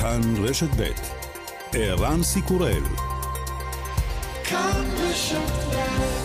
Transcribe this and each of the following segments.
כאן רשת ב' ערן סיקורל. כאן רשת ב'.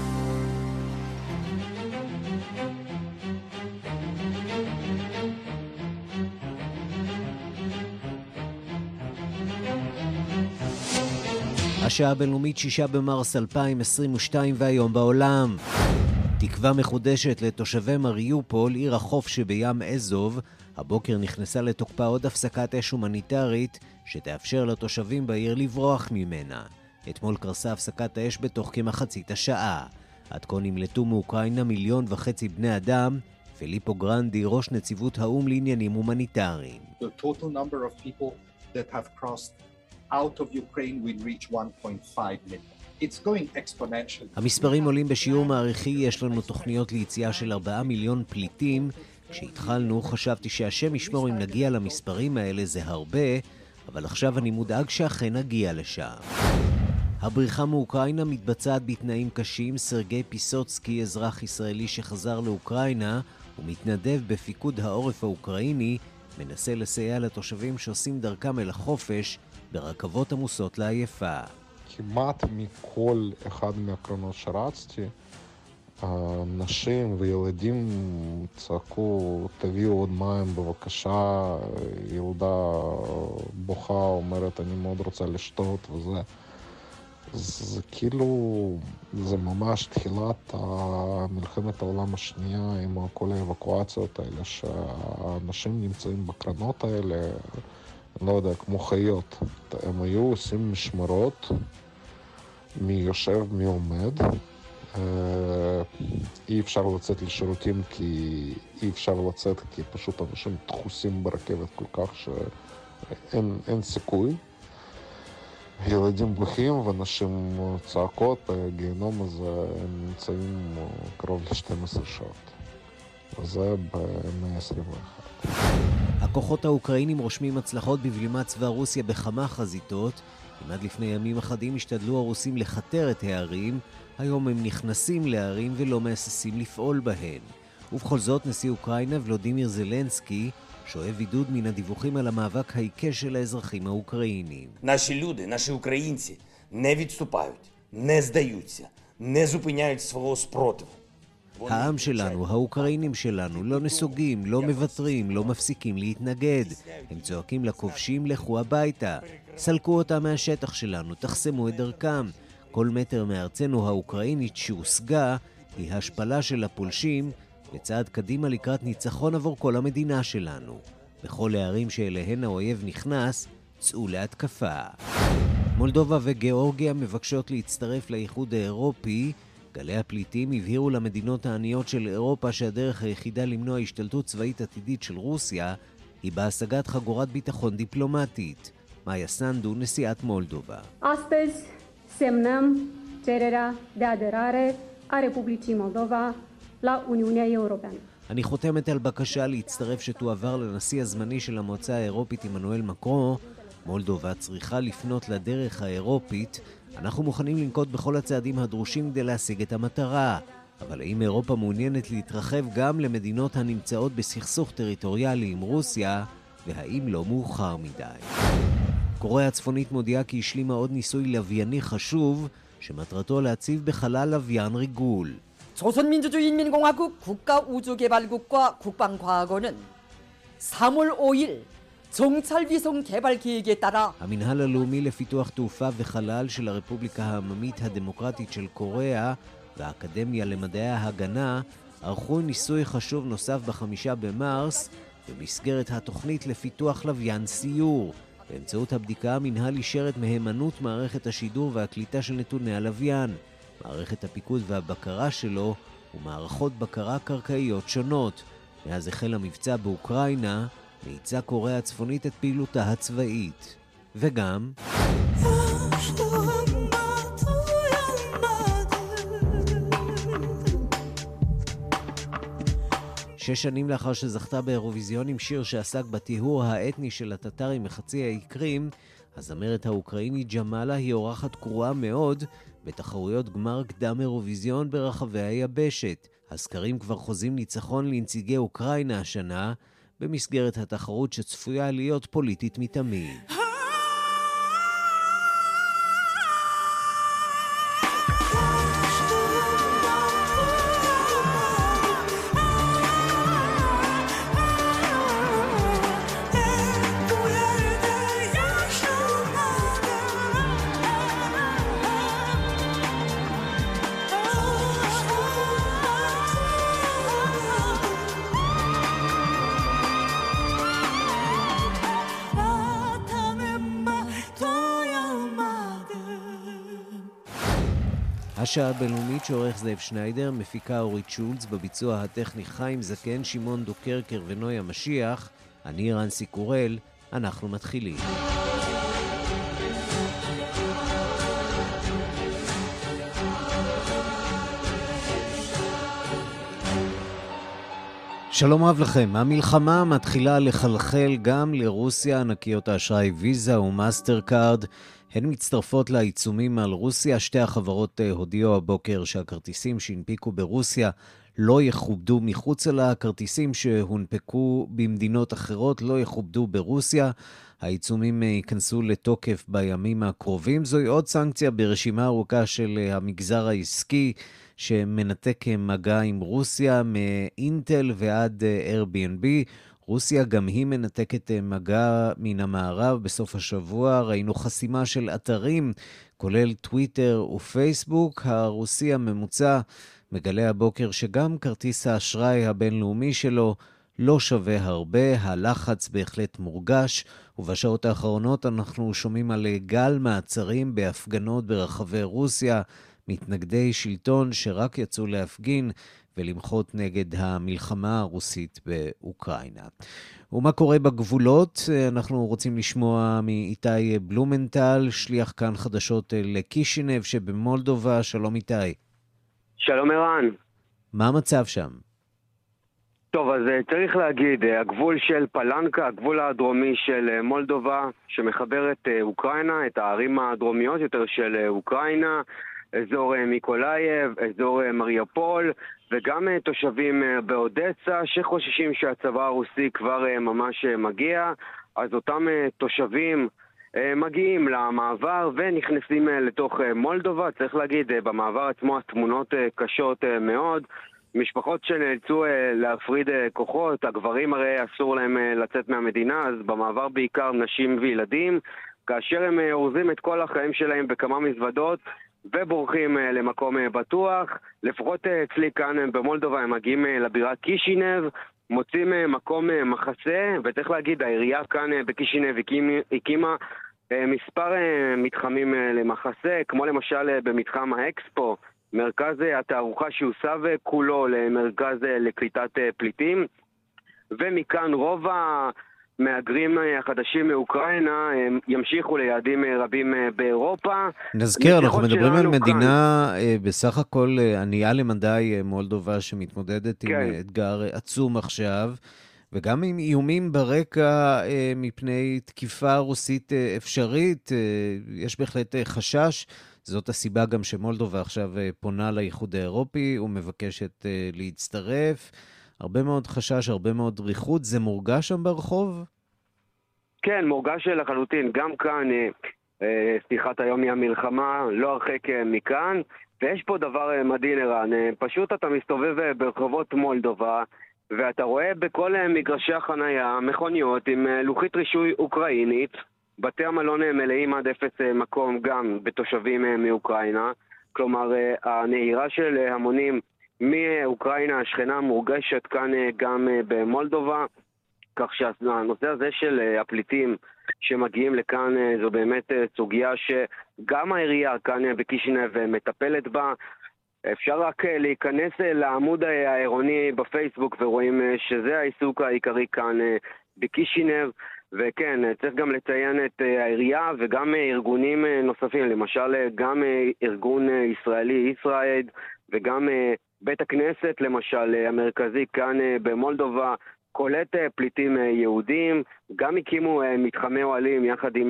השעה הבינלאומית 6 במרס 2022 והיום בעולם. תקווה מחודשת לתושבי מריופול, עיר החוף שבים אזוב. הבוקר נכנסה לתוקפה עוד הפסקת אש הומניטרית שתאפשר לתושבים בעיר לברוח ממנה. אתמול קרסה הפסקת האש בתוך כמחצית השעה. עד כה נמלטו מאוקראינה 1.5 מיליון בני אדם. פיליפו גרנדי, ראש נציבות האום לעניינים הומניטריים. The total number of people that have crossed out of Ukraine will reach 1.5 million. It's going exponential. המספרים עולים בשיעור מעריכי. יש לנו תוכניות ליציאה של 4 מיליון פליטים. כשהתחלנו חשבתי שהשם ישמור אם נגיע למספרים האלה, זה הרבה, אבל עכשיו אני מודאג שאכן נגיע לשם. הבריחה מאוקראינה מתבצעת בתנאים קשים. סרגי פיסוצקי, אזרח ישראלי שחזר לאוקראינה ומתנדב בפיקוד העורף האוקראיני, מנסה לסייע לתושבים שעושים דרכם אל החופש ברכבות עמוסות לעייפה. כמעט מכל אחד מהקרונות שרצתי, נשים וילדים צעקו, תביאו עוד מים בבקשה. ילדה בוכה, אומרת, אני מאוד רוצה לשתות וזה. זה כאילו, זה ממש תחילת מלחמת העולם השנייה עם כל האבקואציות האלה, שהאנשים נמצאים בקרנות האלה, לא יודע, כמו חיות. הם היו עושים משמרות, מי יושב, מי עומד. אי אפשר לצאת לשירותים כי אי אפשר לצאת, כי פשוט אנשים דחוסים ברכבת כל כך שאין סיכוי. ילדים בוכים ואנשים צעקות. בגיהנום הזה הם נמצאים קרוב ל-12 שעות. וזה במאה ה-21. הכוחות האוקראינים רושמים הצלחות בבלימת צבא רוסיה בכמה חזיתות. אם עד לפני ימים אחדים השתדלו הרוסים לחתר את הערים, היום הם נכנסים לערים ולא מהססים לפעול בהן. ובכל זאת נשיא אוקראינה ולודימיר זלנסקי שואב עידוד מן הדיווחים על המאבק העיקש של האזרחים האוקראינים. Наші люди, наші українці не відступають, не здаються, не зупиняють свого спротиву. העם שלנו, האוקראינים שלנו, לא נסוגים, לא מוותרים, לא מפסיקים להתנגד. הם צועקים לכובשים, לכו הביתה. סלקו אותם מהשטח שלנו, תחסמו את דרכם. כל מטר מארצנו האוקראינית שהושגה היא השפלה של הפולשים, וצעד קדימה לקראת ניצחון עבור כל המדינה שלנו. בכל הערים שאליהן האויב נכנס, צאו להתקפה. מולדובה וגיאורגיה מבקשות להצטרף לאיחוד האירופי. גלי הפליטים הבהירו למדינות העניות של אירופה שהדרך היחידה למנוע השתלטות צבאית עתידית של רוסיה היא בהשגת חגורת ביטחון דיפלומטית. מאיה סנדו, נשיאת מולדובה. Astăzi semnăm cererea de aderare a Republicii Moldova la Uniunea Europeană. אני חותמת על בקשה להצטרף שתועבר לנשיא הזמני של המועצה האירופית עמנואל מקרון. מולדובה צריכה לפנות לדרך האירופית. אנחנו מוכנים לנקוט בכל הצעדים הדרושים כדי להשיג את המטרה. אבל האם אירופה מעוניינת להתרחב גם למדינות הנמצאות בסכסוך טריטוריאלי עם רוסיה, והאם לא מאוחר מדי? קוריאה הצפונית מודיעה כי השלימה עוד ניסוי לווייני חשוב, שמטרתו להציב בחלל לוויין ריגול. 조선민주주의인민공화국 국가우주개발국과 국방과학원은 3월 5일 정찰위성 개발 계획에 따라 המנהל הלאומי לפיתוח תעופה וחלל של הרפובליקה העממית הדמוקרטית של קוריאה והאקדמיה למדעי ההגנה ערכו ניסוי חשוב נוסף ב5 במרס במסגרת התוכנית לפיתוח לוויין סיור. באמצעות הבדיקה המנהל אישר את מהימנות מערכת השידור והקליטה של נתוני הלוויין, מערכת הפיקוד והבקרה שלו ומערכות בקרה קרקעיות שונות. מאז החל המבצע באוקראינה, מאיצה קוריאה הצפונית את פעילותה הצבאית. וגם 6 שנים לאחר שזכתה באירוויזיון עם שיר שעסק בטיהור האתני של הטטרים מחצי האי קרים, הזמרת האוקראינית ג'מאלה היא אורחת קרואה מאוד בתחרויות גמר קדם אירוויזיון ברחבי היבשת. הסקרים כבר חוזים ניצחון לנציגי אוקראינה השנה, במסגרת התחרות שצפויה להיות פוליטית מתמיד. השעה הבינלאומית שעורך זאב שניידר, מפיקה אורית שולץ, בביצוע הטכני חיים זקן, שמעון דוקרקר ונויה משיח. אני רנסי קורל, אנחנו מתחילים. שלום רב לכם. המלחמה מתחילה לחלחל גם לרוסיה. ענקיות האשראי ויזה ומאסטר קארד הן מצטרפות לעיצומים על רוסיה. שתי החברות הודיעו הבוקר שהכרטיסים שהנפיקו ברוסיה לא יכובדו מחוץ לה. הכרטיסים שהונפקו במדינות אחרות לא יכובדו ברוסיה. העיצומים ייכנסו לתוקף בימים הקרובים. זוהי עוד סנקציה ברשימה ארוכה של המגזר העסקי שמנתק מגע עם רוסיה, מאינטל ועד Airbnb. רוסיה גם היא מנתקת מגע מן המערב. בסוף השבוע ראינו חסימה של אתרים, כולל טוויטר ופייסבוק. הרוסי הממוצע מגלה הבוקר שגם כרטיס האשראי הבינלאומי שלו לא שווה הרבה. הלחץ בהחלט מורגש, ובשעות האחרונות אנחנו שומעים על גל מעצרים בהפגנות ברחבי רוסיה, מתנגדי שלטון שרק יצאו להפגין ולמחות נגד המלחמה הרוסית באוקראינה. ומה קורה בגבולות? אנחנו רוצים לשמוע מאיתי בלומנטל, שליח כאן חדשות לקישינב שבמולדובה. שלום איתי. שלום ערן. מה המצב שם? טוב, אז צריך להגיד, הגבול של פלנקה, הגבול הדרומי של מולדובה, שמחבר את אוקראינה, את הערים הדרומיות יותר של אוקראינה, אזור מיקולייב, אזור מריופול, וגם תושבים באודסה שחוששים שהצבא הרוסי כבר ממש מגיע. אז אותם תושבים מגיעים למעבר ונכנסים לתוך מולדובה. צריך להגיד, במעבר עצמו התמונות קשות מאוד. משפחות שנאלצו להפריד כוחות, הגברים הרי אסור להם לצאת מהמדינה, אז במעבר בעיקר נשים וילדים, כאשר הם אורזים את כל החיים שלהם בכמה מזוודות ובורחים למקום בטוח. לפחות אצלי כאן במולדובה הם מגיעים לבירה קישינב, מוצאים מקום מחסה, וצריך להגיד, העירייה כאן בקישינב הקימה מספר מתחמים למחסה, כמו למשל במתחם האקספו, מרכז התערוכה שהוסב כולו למרכז לקליטת פליטים, ומכאן רוב המהגרים החדשים מאוקראינה ימשיכו ליעדים רבים באירופה. נזכיר, אנחנו מדברים על מדינה בסך הכל ענייה למדי, מולדובה, שמתמודדת עם אתגר עצום עכשיו, וגם עם איומים ברקע מפני תקיפה רוסית אפשרית. יש בהחלט חשש. זאת הסיבה גם שמולדובה עכשיו פונה לאיחוד האירופי ומבקשת להצטרף. הרבה מאוד חשש, הרבה מאוד ריחות. זה מורגש שם ברחוב? כן, מורגש לחלוטין. גם כאן, שיחת היום מהמלחמה, לא הרחק מכאן. ויש פה דבר מדהים, ערן. פשוט אתה מסתובב ברחובות מולדובה, ואתה רואה בכל מגרשי החנייה מכוניות עם לוחית רישוי אוקראינית, בתי המלון מלאים עד אפס מקום גם בתושבים מאוקראינה. כלומר, הנהירה של המונים מאוקראינה השכנה מורגשת כאן גם במולדובה, כך שהנושא הזה של הפליטים שמגיעים לכאן זו באמת סוגיה שגם העירייה כאן בקישינב מטפלת בה. אפשר רק להיכנס לעמוד העירוני בפייסבוק ורואים שזה העיסוק העיקרי כאן בקישינב. וכן, צריך גם לציין את העירייה וגם ארגונים נוספים, למשל גם ארגון ישראלי, ישראיד, וגם בית הכנסת למשל המרכזי כאן במולדובה, קולט פליטים יהודים, גם הקימו מתחמי אוהלים יחד עם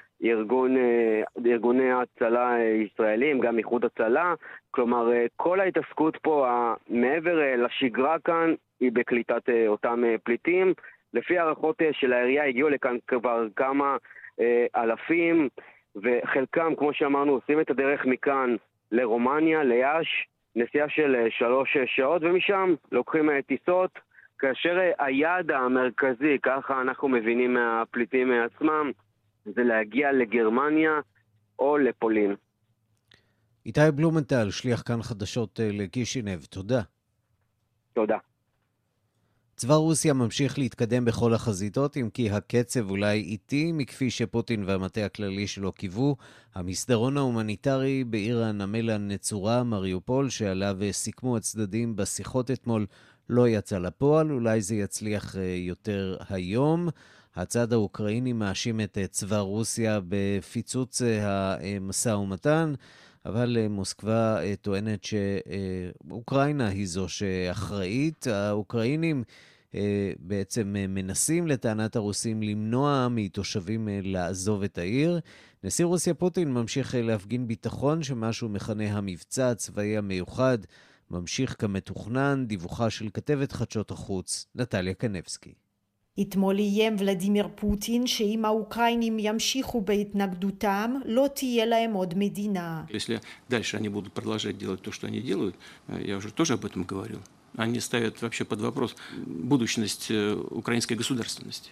ארגוני הצלה ישראלים, גם איחוד הצלה. כלומר, כל ההתעסקות פה מעבר לשגרה כאן היא בקליטת אותם פליטים, לפי הערכות של העירייה הגיעו לכאן כבר כמה אלפים, וחלקם, כמו שאמרנו, עושים את הדרך מכאן לרומניה, ליאש, נסיעה של 3 שעות, ומשם לוקחים טיסות, כאשר היעד המרכזי, ככה אנחנו מבינים מהפליטים עצמם, זה להגיע לגרמניה או לפולין. איתי בלומנטל, שליח כאן חדשות לקישינב, תודה. תודה. צבא רוסיה ממשיך להתקדם בכל החזיתות, אם כי הקצב אולי איטי, מכפי שפוטין והמטה הכללי שלו קיוו. המסדרון ההומניטרי בעיר הנמל הנצורה, מריופול, שעליו סיכמו הצדדים בשיחות אתמול, לא יצא לפועל, אולי זה יצליח יותר היום. הצד האוקראיני מאשים את צבא רוסיה בפיצוץ המשא ומתן, אבל מוסקבה טוענת שאוקראינה היא זו שאחראית. האוקראינים בעצם מנסים לטענת הרוסים למנוע מתושבים לעזוב את העיר. נשיא רוסיה פוטין ממשיך להפגין ביטחון שמה שהוא מכנה המבצע הצבאי המיוחד ממשיך כמתוכנן. דיווחה של כתבת חדשות החוץ נטליה קנבסקי. אתמול איים ולדימיר פוטין שאם האוקראינים ימשיכו בהתנגדותם, לא תהיה להם עוד מדינה. Если дальше они будут продолжать делать то, что они делают, я уже тоже об этом говорил, они ставят вообще под вопрос будущность украинской государственности.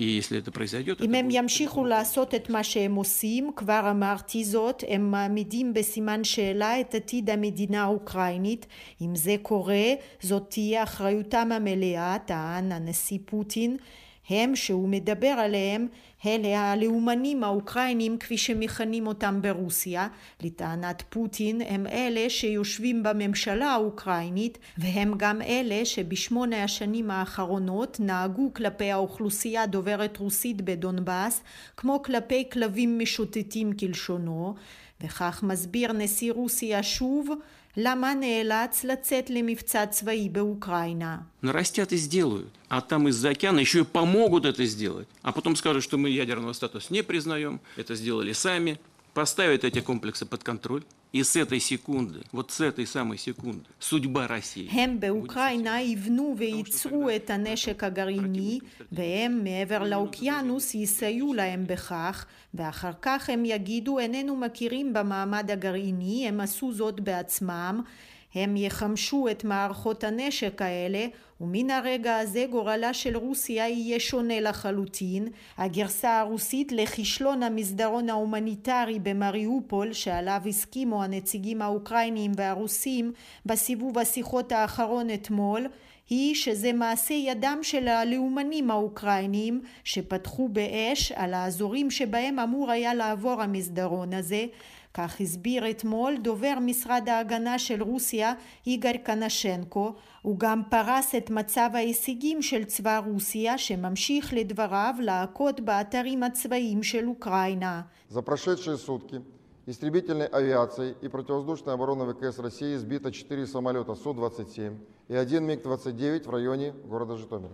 אם הם ימשיכו לעשות את מה שהם עושים, כבר אמרתי זאת, הם מעמידים בסימן שאלה את עתיד המדינה האוקראינית. אם זה קורה, זאת תהיה אחריותם המלאה, טען הנשיא פוטין. הם שהוא מדבר עליהם, אלה הלאומנים האוקראינים כפי שמכנים אותם ברוסיה. לטענת פוטין הם אלה שיושבים בממשלה האוקראינית, והם גם אלה שב8 השנים האחרונות נהגו כלפי האוכלוסייה דוברת רוסית בדונבאס, כמו כלפי כלבים משוטטים כלשונו, וכך מסביר נשיא רוסיה שוב, למה נאלץ לצאת למבצע צבאי באוקראינה. Нарастят и сделают, а там из-за океана еще и помогут это сделать. А потом скажут, что мы ядерного статуса не признаем, это сделали сами, поставят эти комплексы под контроль. И с этой секунды, вот с этой самой секунды, судьба России. הם באוקראינה יבנו וייצרו את הנשק הגרעיני, והם מעבר לאוקיינוס יסייעו להם בכך, ואחר כך הם יגידו איננו מכירים במעמד הגרעיני, הם עשו זאת בעצמם, הם יחמשו את מערכות הנשק האלה, ומן הרגע הזה גורלה של רוסיה יהיה שונה לחלוטין. הגרסה הרוסית לכישלון המסדרון ההומניטרי במריופול, שעליו הסכימו הנציגים האוקראינים והרוסים בסיבוב השיחות האחרון אתמול, היא שזה מעשה ידם של הלאומנים האוקראינים שפתחו באש על האזורים שבהם אמור היה לעבור המסדרון הזה. כך הסביר אתמול דובר משרד ההגנה של רוסיה איגר קנשנקו. הוא גם פרס את מצב ההישגים של צבא רוסיה שממשיך לדבריו להכות באתרים הצבאיים של אוקראינה. За прошедшие сутки истребительной авиацией и противовоздушной обороной ВКС России сбито 4 самолета Су-27 и 1 МиГ-29 в районе города Житомир.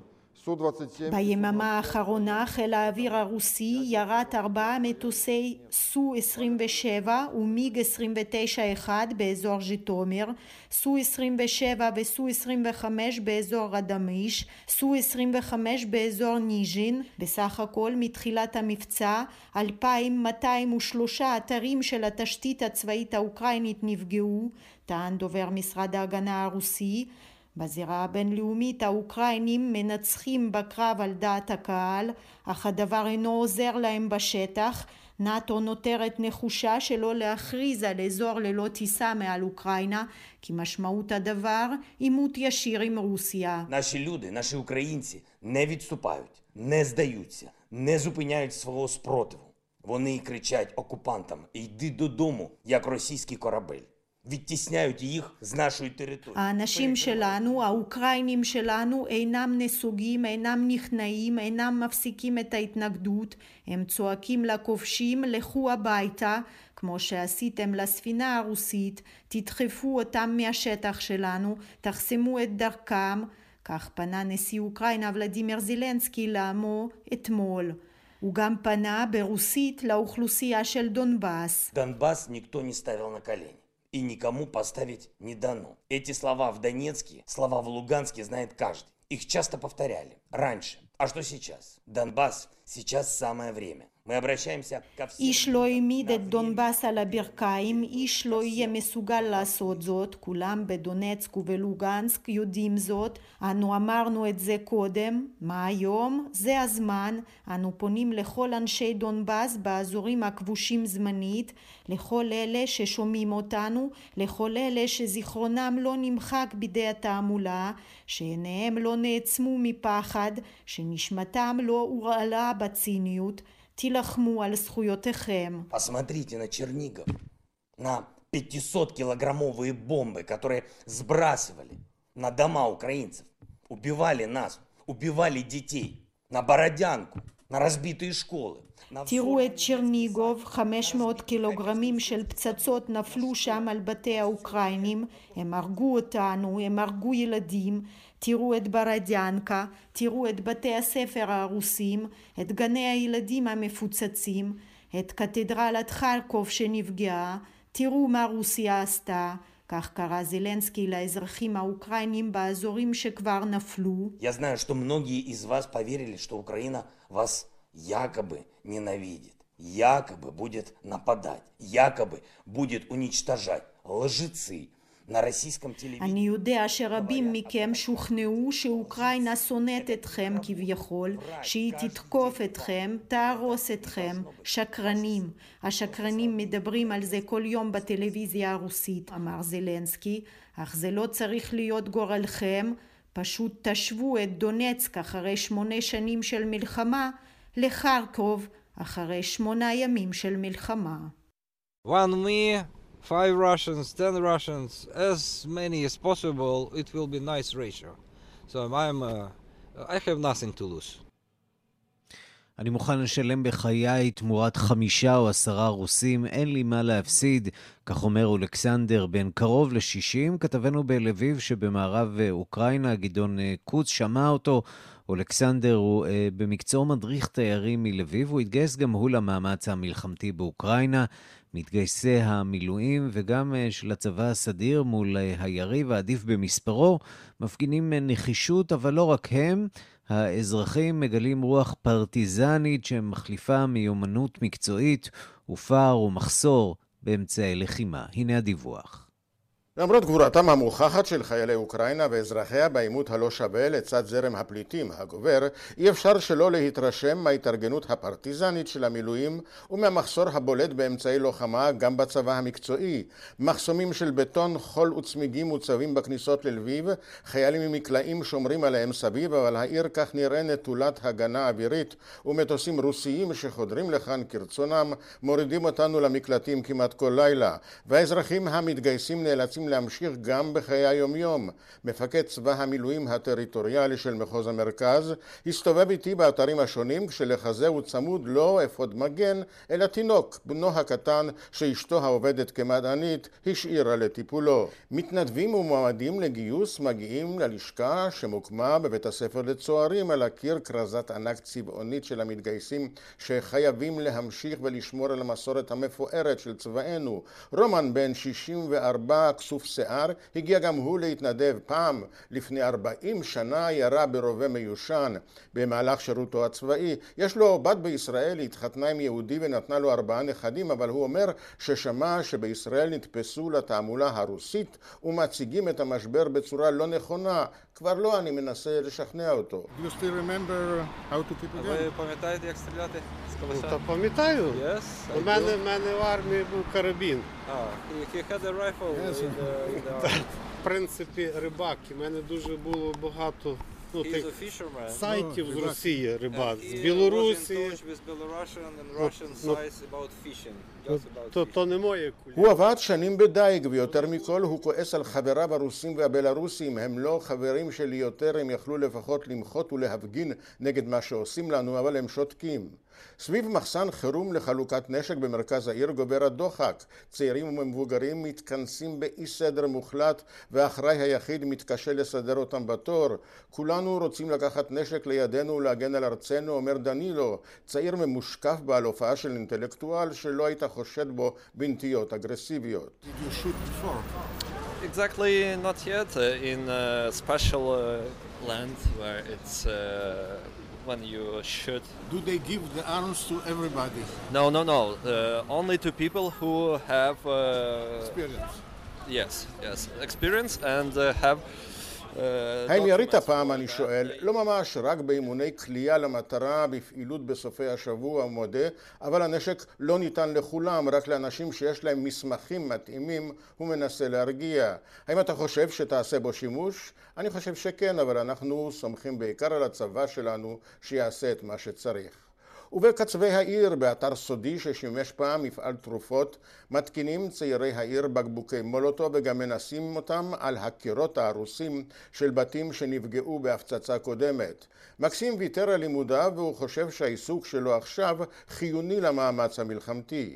ביממה האחרונה חיל האוויר הרוסי ירט 4 מטוסי סו-27 ומיג-29-1 באזור ז'יטומיר, סו-27 וסו-25 באזור רדמיש, סו-25 באזור ניז'ין. בסך הכל מתחילת המבצע 2,203 אתרים של התשתית הצבאית האוקראינית נפגעו, טען דובר משרד ההגנה הרוסי. בזירה הבינלאומית האוקראינים מנצחים בקרב על דעת הקהל, אך הדבר אינו עוזר להם בשטח. נאטו נותרת נחושה שלא להכריז על אזור ללא טיסה מעל אוקראינה, כי משמעות הדבר עימות ישיר עם רוסיה. Наші люди, наші українці не відступають, не здаються, не зупиняють свого спротиву. Вони кричать окупантам: "Йди додому", як російський корабель. відтісняють їх з нашої території. האנשים שלנו, האוקראינים שלנו, אינם נסוגים, אינם נכנעים, אינם מפסיקים את ההתנגדות. הם צועקים לכובשים, לכו הביתה, כמו שעשיתם לספינה הרוסית, תדחפו אותם מהשטח שלנו, תחסמו את דרכם. כך פנה נשיא אוקראינה ולדימיר זילנסקי לעמו אתמול. הוא גם פנה ברוסית לאוכלוסייה של דונבאס. Донбасс никто не ставил на колени. И никому поставить не дано. Эти слова в Донецке, слова в Луганске знает каждый. Их часто повторяли. Раньше, А что сейчас? Донбасс, сейчас самое время. Мы обращаемся ко всем... איש לא העמיד את דונבאס על הברכיים, איש לא יהיה מסוגל לעשות זאת, כולם בדונצק ובלוגנסק יודעים זאת, אנו אמרנו את זה קודם, מה היום? זה הזמן, אנו פונים לכל אנשי דונבאס באזורים הכבושים זמנית, לכל אלה ששומעים אותנו, לכל אלה שזיכרונם לא נמחק בידי התעמולה, שעיניהם לא נעצמו מפחד, שנשמתם לא הורעלה בציניות, תילחמו על זכויותיכם. Посмотрите на Чернигов, на 500-килограммовые бомбы, которые сбрасывали на дома украинцев, убивали нас, убивали детей, на Бородянку, на разбитые школы. תראו את צ'רניגוב, 500 קילוגרמים של פצצות נפלו שם על בתי האוקראינים, הם הרגו אותנו, הם הרגו ילדים, תראו את ברדיאנקה, תראו את בתי הספר הרוסים, את גני הילדים המפוצצים, את קתדרלת חרקוב שנפגעה, תראו מה רוסיה עשתה, כך קרא זלנסקי לאזרחים האוקראינים באזורים שכבר נפלו. Я знаю, что многие из вас поверили, что Украина вас якобы ненавидит, якобы будет нападать, якобы будет уничтожать. Лжецы. אני יודע שרבים מכם שוכנעו שאוקראינה שונאת אתכם כביכול, שהיא תתקוף אתכם, תהרוס אתכם, שקרנים. השקרנים מדברים על זה כל יום בטלוויזיה הרוסית, אמר זלנסקי, אך זה לא צריך להיות גורלכם, פשוט תשוו את דונצק אחרי 8 שנים של מלחמה לחרקוב אחרי 8 ימים של מלחמה. One me, 5 Russians, 10 Russians, as many as possible, it will be nice ratio. So I have nothing to lose. אני מוכן לשלם בחיי תמורת 5 או 10 רוסים, אין לי מה להפסיד, כך אומר אולכסנדר בן קרוב ל-60, כתבנו בלביב שבמערב אוקראינה, גדעון קוץ שמע אותו. אולכסנדר הוא במקצוע מדריך תיירים מלביב, הוא התגייס גם הוא למאמץ המלחמתי באוקראינה, מתגייסי המילואים וגם של הצבא הסדיר מול היריב העדיף במספרו, מפגינים נחישות, אבל לא רק הם, האזרחים מגלים רוח פרטיזנית שמחליפה מיומנות מקצועית ופער ומחסור באמצעי לחימה. הנה הדיווח. למרות גבורתם המוכחת של חיילי אוקראינה ואזרחיה בעימות הלא שווה לצד זרם הפליטים הגובר, אי אפשר שלא להתרשם מההתארגנות הפרטיזנית של המילואים ומהמחסור הבולט באמצעי לוחמה גם בצבא המקצועי. מחסומים של בטון, חול וצמיגים מוצבים בכניסות ללביב, חיילים ממקלעים שומרים עליהם סביב, אבל העיר כך נראה נטולת הגנה אווירית, ומטוסים רוסיים שחודרים לכאן כרצונם מורידים אותנו למקלטים כמעט כל לילה, והאזרחים המתגייסים נאלצים להמשיך גם בחיי היום-יום. מפקד צבא המילואים הטריטוריאלי של מחוז המרכז הסתובב איתי באתרים השונים כשלחזה הוא צמוד לא אפוד מגן אלא תינוק, בנו הקטן שאשתו העובדת כמדענית השאירה לטיפולו. מתנדבים ומועמדים לגיוס מגיעים ללשכה שמוקמה בבית הספר לצוערים, על הקיר כרזת ענק צבעונית של המתגייסים שחייבים להמשיך ולשמור על המסורת המפוארת של צבאנו. רומן בן 64 כסוף שיער הגיע גם הוא להתנדב. פעם לפני 40 שנה ירה ברובה מיושן במהלך שירותו הצבאי. יש לו בת בישראל, התחתנה עם יהודי ונתנה לו 4 נכדים, אבל הוא אומר ששמע שבישראל נתפסו לתעמולה הרוסית ומציגים את המשבר בצורה לא נכונה. כבר לא, אני מנסה לשכנע אותו. You still remember how to keep again? Ви пам'ятаєте, як стріляти з калаша? Та пам'ятаю. Yes, У мене в армії був карабін. He had a rifle in the army. В принципі, рибак. У мене дуже було багато тих сайтів з Росії, рибак, з Білорусі. То не моє кулі. הוא עבד שנים בדייג, ויותר מכל הוא כועס על חבריו הרוסים והבלרוסים. הם לא חברים שלי יותר, הם יכלו לפחות למחות ולהפגין נגד מה שעושים לנו, אבל הם שותקים. סביב מחסן חירום לחלוקת נשק במרכז העיר גובר הדוחק. צעירים ומבוגרים מתכנסים באי סדר מוחלט, והאחראי היחיד מתקשה לסדר אותם בתור. כולנו רוצים לקחת נשק לידינו ולהגן על ארצנו, אומר דנילו, צעיר ממושקף בעל הופעה של אינטלקטואל שלא היית חושד בו בנטיות אגרסיביות. Exactly, not yet. In a special land where it's when you shoot. Do they give the arms to everybody? No. Only to people who have experience. Yes, experience and have. האם ירית פעם, אני שואל, לא ממש רק באימוני כלייה למטרה בפעילות בסופי השבוע ומודה, אבל הנשק לא ניתן לכולם, רק לאנשים שיש להם מסמכים מתאימים, הוא מנסה להרגיע. האם אתה חושב שתעשה בו שימוש? אני חושב שכן, אבל אנחנו סומכים בעיקר על הצבא שלנו שיעשה את מה שצריך. ובקצווי העיר, באתר סודי ששימש פעם מפעל תרופות, מתקינים צעירי העיר בקבוקי מולוטוב וגם מנסים אותם על הקירות הרוסים של בתים שנפגעו בהפצצה קודמת. מקסים ויתר על לימודיו והוא חושב שהעיסוק שלו עכשיו חיוני למאמץ המלחמתי.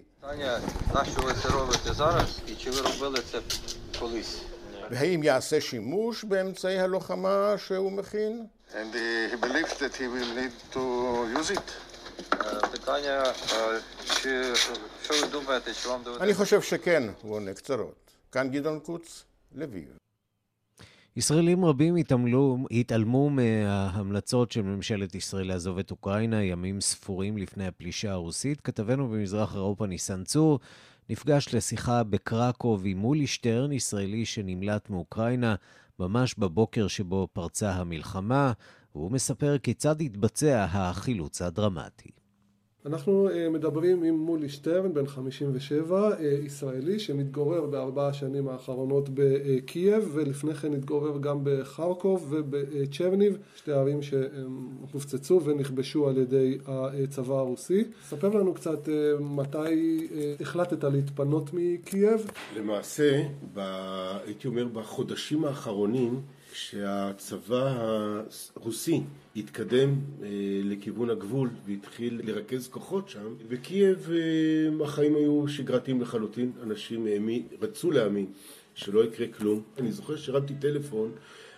והאם יעשה שימוש באמצעי הלוחמה שהוא מכין? And he believes that he will need to use it. אני חושב שכן, הוא עונה קצרות. כאן גדעון קוץ, לביב. ישראלים רבים התעלמו מההמלצות של ממשלת ישראל לעזוב את אוקראינה ימים ספורים לפני הפלישה הרוסית. כתבנו במזרח אירופה ניסן צור נפגש לשיחה בקרקוב עם מולי שטרן, ישראלי שנמלט מאוקראינה ממש בבוקר שבו פרצה המלחמה, והוא מספר כיצד התבצע החילוץ הדרמטי. אנחנו מדברים עם מולי שטרן, בן 57, ישראלי שמתגורר בארבע השנים האחרונות בקייב, ולפני כן התגורר גם בחרקוב ובצ'רניב, שתי ערים שהופצצו ונכבשו על ידי הצבא הרוסי. ספר לנו קצת מתי החלטת להתפנות מקייב. למעשה, הייתי אומר בחודשים האחרונים, שהצבא הרוסי התקדם לכיוון הגבול והתחיל לרכז כוחות שם, בקייב החיים היו שגרתיים לחלוטין, אנשים רצו להאמין שלא יקרה כלום. אני זוכר שרמתי טלפון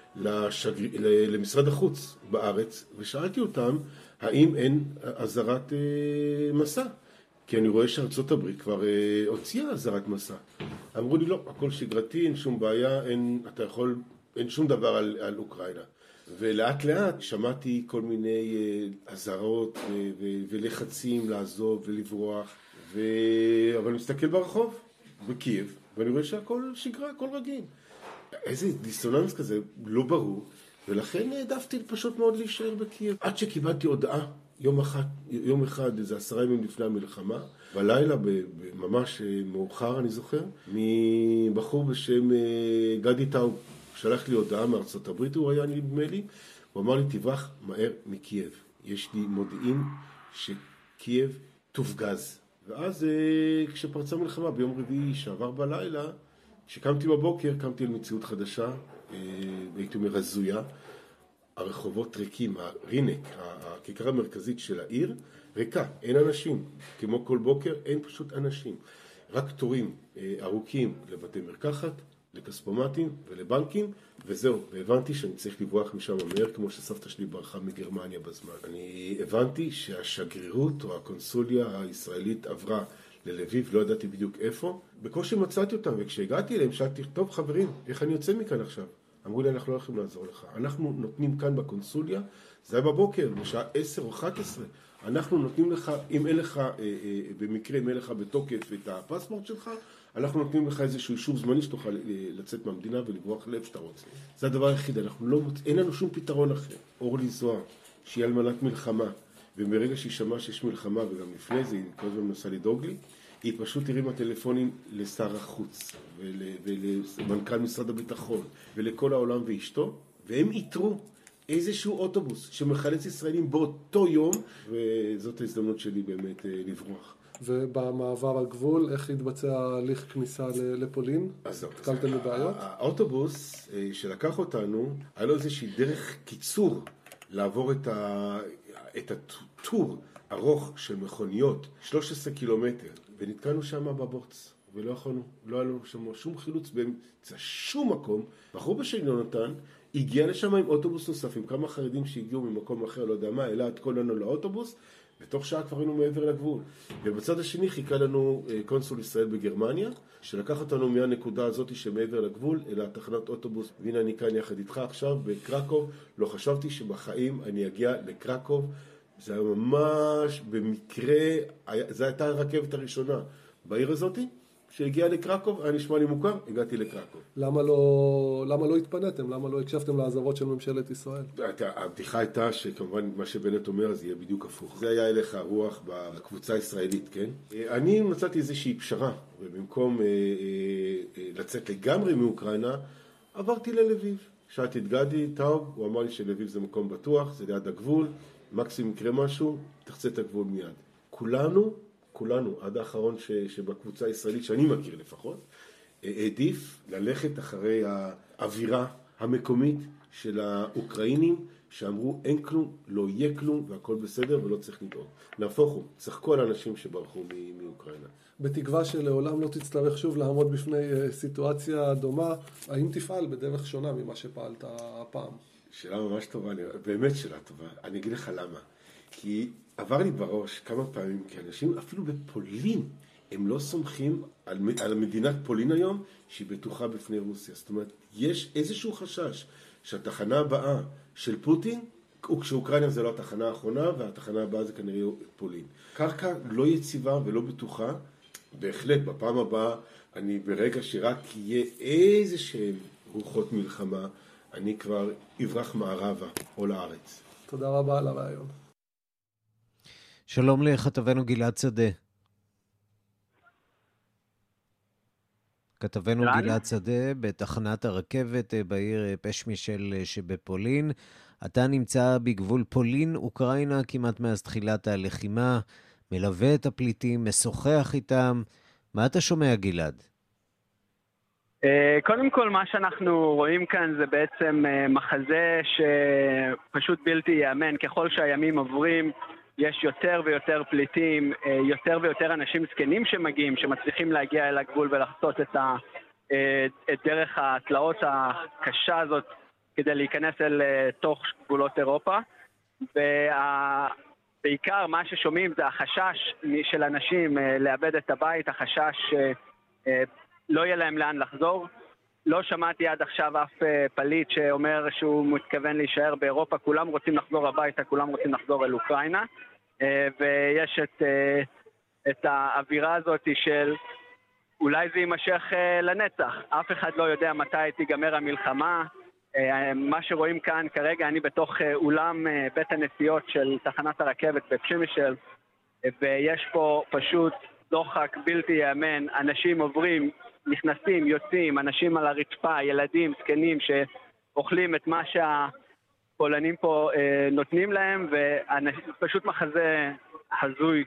למשרד החוץ בארץ ושאלתי אותם האם אין עזרת מסע, כי אני רואה שארצות הברית כבר הוציאה עזרת מסע. אמרו לי לא, הכל שגרתי, אין שום בעיה, אין שום דבר על אוקראינה. ולאט לאט שמעתי כל מיני עזרות ולחצים לעזוב ולברוח. אבל אני מסתכל ברחוב, בקייב, ואני רואה שהכל שגרה, הכל רגיל. איזה דיסוננס כזה, לא ברור. ולכן העדפתי פשוט מאוד להישאר בקייב. עד שקיבלתי הודעה, יום אחד, איזה 10 ימים לפני המלחמה, בלילה, ממש מאוחר אני זוכר, מבחור בשם גדי טאוב. שלח לי הודעה מארצות הברית, הוא היה נדמה לי, הוא אמר לי, תברח מהר מקייב. יש לי מודיעין שקייב תופגז. ואז כשפרצה מלחמה ביום רביעי שעבר בלילה, כשקמתי בבוקר, קמתי על מציאות חדשה, הייתי אומר הזויה, הרחובות ריקים, הרינק, הכיכר המרכזית של העיר, ריקה, אין אנשים. כמו כל בוקר, אין פשוט אנשים. רק תורים ארוכים לבתי מרקחת, לכספומטים ולבנקים, וזהו. והבנתי שאני צריך לברוח משם מהר, כמו שסבתא שלי ברחה מגרמניה בזמן. אני הבנתי שהשגרירות או הקונסוליה הישראלית עברה ללביב, לא ידעתי בדיוק איפה. בקושי מצאתי אותם, וכשהגעתי אליהם, שאלתי, טוב חברים, איך אני יוצא מכאן עכשיו? אמרו לי, אנחנו לא יכולים לעזור לך. אנחנו נותנים כאן בקונסוליה, זה היה בבוקר, בשעה 10 או 11, אנחנו נותנים לך, אם אין לך, במקרה, אם אין לך בתוקף את הפספורט שלך, אנחנו נותנים לך איזשהו אישור זמני שתוכל לצאת מהמדינה ולברוח לאיפה שאתה רוצה. זה הדבר היחיד, אין לנו שום פתרון אחר. אורלי זוהר, שהיא אלמנת מלחמה, וברגע שהיא שמעה שיש מלחמה, וגם לפני זה, היא כל הזמן מנסה לדאוג לי, היא פשוט הרימה טלפונים לשר החוץ, ולמנכ"ל משרד הביטחון, ולכל העולם ואשתו, והם איתרו איזשהו אוטובוס שמחלץ ישראלים באותו יום, וזאת ההזדמנות שלי באמת לברוח. ובמעבר הגבול, איך התבצע הליך כניסה לפולין? התקלתם לבעיות? האוטובוס שלקח אותנו, היה לו איזושהי דרך קיצור לעבור את הטור ארוך של מכוניות, 13 קילומטר, ונתקענו שם בבוץ, ולא יכולנו, לא היה לנו שם שום חילוץ באמצע שום מקום. בחור בשם יונתן הגיע לשם עם אוטובוס נוסף, עם כמה חרדים שהגיעו ממקום אחר, לא יודע מה, העלה את כולנו לאוטובוס, בתוך שעה כבר היינו מעבר לגבול. ובצד השני חיכה לנו קונסול ישראל בגרמניה, שלקח אותנו מהנקודה הזאת שמעבר לגבול, אלא תחנת אוטובוס, והנה אני כאן יחד איתך עכשיו בקרקוב. לא חשבתי שבחיים אני אגיע לקרקוב, זה היה ממש במקרה, זו הייתה הרכבת הראשונה בעיר הזאת, שהגיעה לקרקוב, היה נשמע לי מוכר, הגעתי לקרקוב. למה לא התפניתם? למה לא הקשבתם לאזהרות של ממשלת ישראל? הבדיחה הייתה שכמובן מה שבנט אומר אז יהיה בדיוק הפוך. זה היה הלך הרוח בקבוצה הישראלית, כן? אני מצאתי איזושהי פשרה, ובמקום לצאת לגמרי מאוקראינה, עברתי ללביב. שאלתי את גדי, טוב, הוא אמר לי שלביב זה מקום בטוח, זה ליד הגבול, מקסימום יקרה משהו, תחצה את הגבול מיד. כולנו, עד האחרון שבקבוצה הישראלית, שאני מכיר לפחות, העדיף ללכת אחרי האווירה המקומית של האוקראינים, שאמרו אין כלום, לא יהיה כלום, והכל בסדר ולא צריך לדאוג. נהפוך הוא, צחקו על אנשים שברחו מאוקראינה. בתקווה שלעולם לא תצטרך שוב לעמוד בפני סיטואציה דומה, האם תפעל בדרך שונה ממה שפעלת הפעם? שאלה ממש טובה, באמת שאלה טובה. אני אגיד לך למה. כי עבר לי בראש כמה פעמים, כי אנשים אפילו בפולין, הם לא סומכים על מדינת פולין היום, שהיא בטוחה בפני רוסיה. זאת אומרת, יש איזשהו חשש שהתחנה הבאה של פוטין, כשאוקראינה זה לא התחנה האחרונה, והתחנה הבאה זה כנראה פולין. קרקע לא יציבה ולא בטוחה, בהחלט בפעם הבאה, אני ברגע שרק יהיה איזשהם רוחות מלחמה, אני כבר אברח מערבה או לארץ. תודה רבה על הרעיון. שלום לכתבנו גלעד שדה. כתבנו גלעד שדה בתחנת הרכבת בעיר פשמישל שבפולין. אתה נמצא בגבול פולין-אוקראינה כמעט מאז תחילת הלחימה, מלווה את הפליטים, משוחח איתם. מה אתה שומע, גלעד? קודם כל, מה שאנחנו רואים כאן זה בעצם מחזה שפשוט בלתי ייאמן. ככל שהימים עוברים, יש יותר ויותר פליטים, יותר ויותר אנשים זקנים שמגיעים, שמצליחים להגיע אל הגבול ולחצות את דרך התלאות הקשה הזאת כדי להיכנס אל תוך גבולות אירופה. ובעיקר מה ששומעים זה החשש של אנשים לאבד את הבית, החשש לא יהיה להם לאן לחזור. לא שמעתי עד עכשיו אף פליט שאומר שהוא מתכוון להישאר באירופה, כולם רוצים לחזור הביתה, כולם רוצים לחזור אל אוקראינה, ויש את האווירה הזאת של אולי זה יימשך לנצח. אף אחד לא יודע מתי תיגמר המלחמה. מה שרואים כאן כרגע, אני בתוך אולם בית הנסיעות של תחנת הרכבת בפשמישל, ויש פה פשוט דוחק בלתי יאמן, אנשים עוברים, נכנסים, יוצאים, אנשים על הרצפה, ילדים, זקנים שאוכלים את מה שהפולנים פה נותנים להם, ופשוט מחזה הזוי.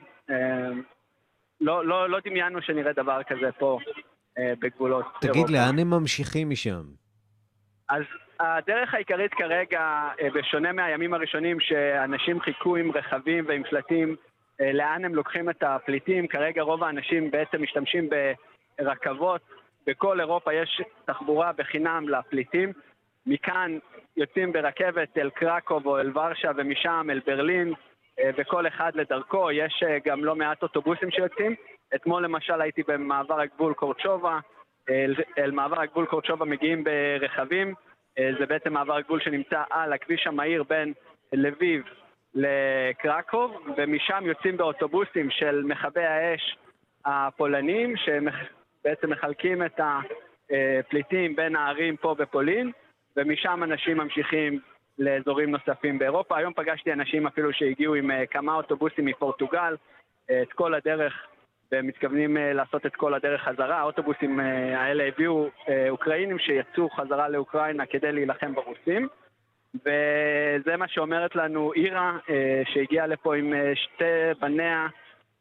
לא דמיינו שנראה דבר כזה פה בגבולות. תגיד, לאן הם ממשיכים משם? אז הדרך העיקרית כרגע, בשונה מהימים הראשונים שאנשים חיכו עם רכבים ועם שלטים, לאן הם לוקחים את הפליטים, כרגע רוב האנשים בעצם משתמשים ברכבות. בכל אירופה יש תחבורה בחינם לפליטים. מכאן יוצאים ברכבת אל קרקוב או אל ורשה, ומשם אל ברלין, וכל אחד לדרכו. יש גם לא מעט אוטובוסים שיוצאים. אתמול למשל הייתי במעבר הגבול קורצ'ובה, אל מעבר הגבול קורצ'ובה מגיעים ברכבים. זה בעצם מעבר הגבול שנמצא על הכביש המהיר בין לביב לקרקוב, ומשם יוצאים באוטובוסים של מכבי האש הפולנים, שבעצם מחלקים את הפליטים בין הערים פה בפולין, ומשם אנשים ממשיכים לאזורים נוספים באירופה. היום פגשתי אנשים אפילו שהגיעו עם כמה אוטובוסים מפורטוגל, את כל הדרך, ומתכוונים לעשות את כל הדרך חזרה. האוטובוסים האלה הביאו אוקראינים שיצאו חזרה לאוקראינה כדי להילחם ברוסים, וזה מה שאומרת לנו אירה, שהגיעה לפה עם שתי בניה,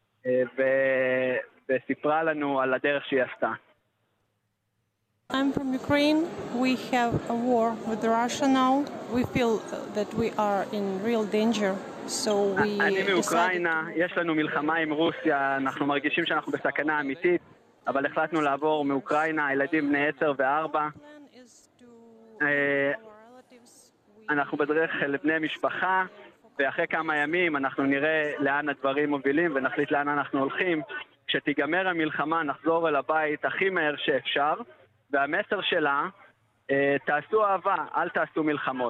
וסיפרה לנו על הדרך שהיא עשתה. I'm from Ukraine. We have a war with Russia now. We feel that we are in real danger. אני מאוקראינה, יש לנו מלחמה עם רוסיה, אנחנו מרגישים שאנחנו בסכנה אמיתית, אבל החלטנו לעבור מאוקראינה, הילדים בני 10 ו4. אנחנו בדרך לבני משפחה, ואחרי כמה ימים אנחנו נראה לאן הדברים מובילים ונחליט לאן אנחנו הולכים. כשתיגמר המלחמה נחזור אל הבית הכי מהר שאפשר, והמסר שלה, תעשו אהבה, אל תעשו מלחמות.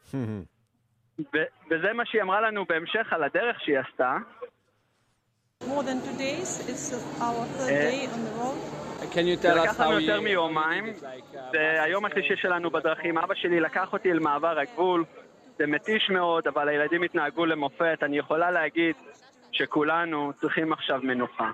וזה מה שהיא אמרה לנו בהמשך על הדרך שהיא עשתה. More than 2 days, it's our third day on the road. Can you tell us how לקח לנו יותר מיומיים, זה היום השלישי שלנו בדרכים. אבא שלי לקח אותי אל מעבר הגבול, זה מתיש מאוד, אבל הילדים התנהגו למופת. אני יכולה להגיד שכולנו צריכים עכשיו מנוחה.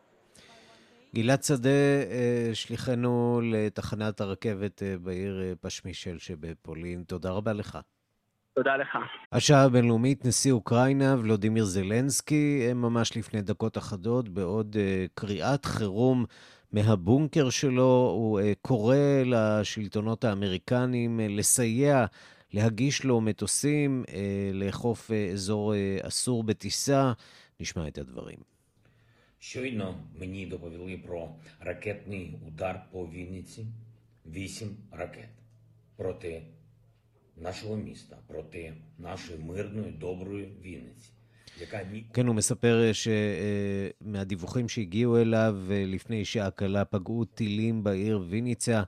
גלעד שדה, שליחנו לתחנת הרכבת בעיר פשמישל שבפולין. תודה רבה לך. תודה לך. השעה הבינלאומית, נשיא אוקראינה ולודימיר זלנסקי, ממש לפני דקות אחדות, בעוד קריאת חירום מהבונקר שלו, הוא קורא לשלטונות האמריקנים לסייע, להגיש לו מטוסים, לאכוף אזור אסור בטיסה. נשמע את הדברים. Щойно мені доповіли про ракетний удар по Вінниці. 8 ракет проти нашого міста, проти нашої мирної, доброї Вінниці. כן, הוא מספר שמהדיווחים שהגיעו אליו לפני שעה קלה פגעו טילים בעיר ויניצה,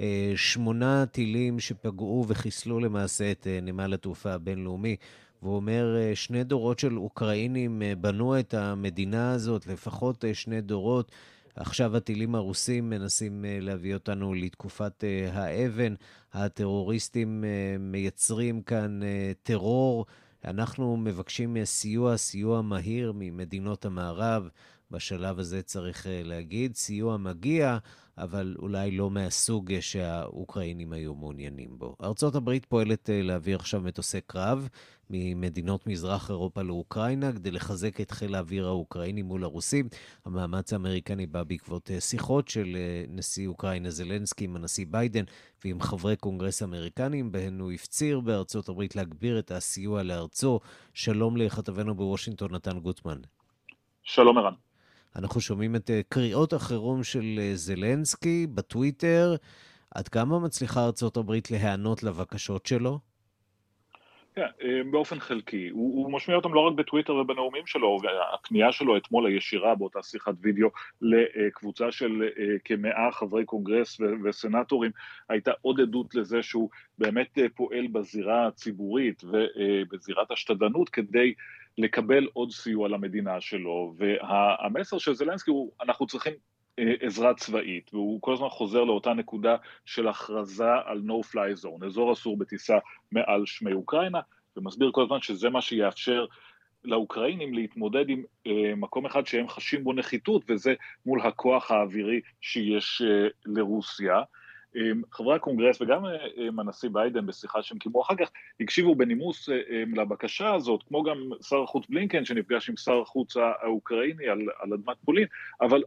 8 טילים שפגעו וחיסלו למעשה את נמל התעופה הבינלאומי. והוא אומר, 2 דורות של אוקראינים בנו את המדינה הזאת, לפחות 2 דורות. עכשיו הטילים הרוסים מנסים להביא אותנו לתקופת האבן. הטרוריסטים מייצרים כאן טרור. אנחנו מבקשים סיוע מהיר ממדינות המערב. בשלב הזה צריך להגיד, סיוע מגיע, אבל אולי לא מהסוג שהאוקראינים היו מעוניינים בו. ארצות הברית פועלת להעביר עכשיו מטוסי קרב ממדינות מזרח אירופה לאוקראינה, כדי לחזק את חיל האוויר האוקראיני מול הרוסים. המאמץ האמריקני בא בעקבות שיחות של נשיא אוקראינה זלנסקי עם הנשיא ביידן ועם חברי קונגרס אמריקנים, בהן הוא הפציר בארצות הברית להגביר את הסיוע לארצו. שלום לכתבנו בוושינגטון, נתן גוטמן. שלום ערן. אנחנו שומעים את קריאות החירום של זלנסקי בטוויטר. עד כמה מצליחה ארצות הברית להיענות לבקשות שלו? כן, באופן חלקי. הוא משמיע אותם לא רק בטוויטר ובנאומים שלו, והפנייה שלו אתמול הישירה באותה שיחת וידאו לקבוצה של כ100 חברי קונגרס וסנטורים, הייתה עוד עדות לזה שהוא באמת פועל בזירה הציבורית ובזירת השתדלנות כדי לקבל עוד סיוע למדינה שלו. והמסר של זלנסקי הוא, אנחנו צריכים עזרה צבאית, והוא כל הזמן חוזר לאותה נקודה של הכרזה על no-fly zone, אזור אסור בטיסה מעל שמי אוקראינה, ומסביר כל הזמן שזה מה שיאפשר לאוקראינים להתמודד עם מקום אחד שהם חשים בו נחיתות, וזה מול הכוח האווירי שיש לרוסיה. חברי הקונגרס וגם הנשיא ביידן בשיחה שהם קיימו אחר כך, הקשיבו בנימוס לבקשה הזאת, כמו גם שר החוץ בלינקן שנפגש עם שר החוץ האוקראיני על אדמת פולין, אבל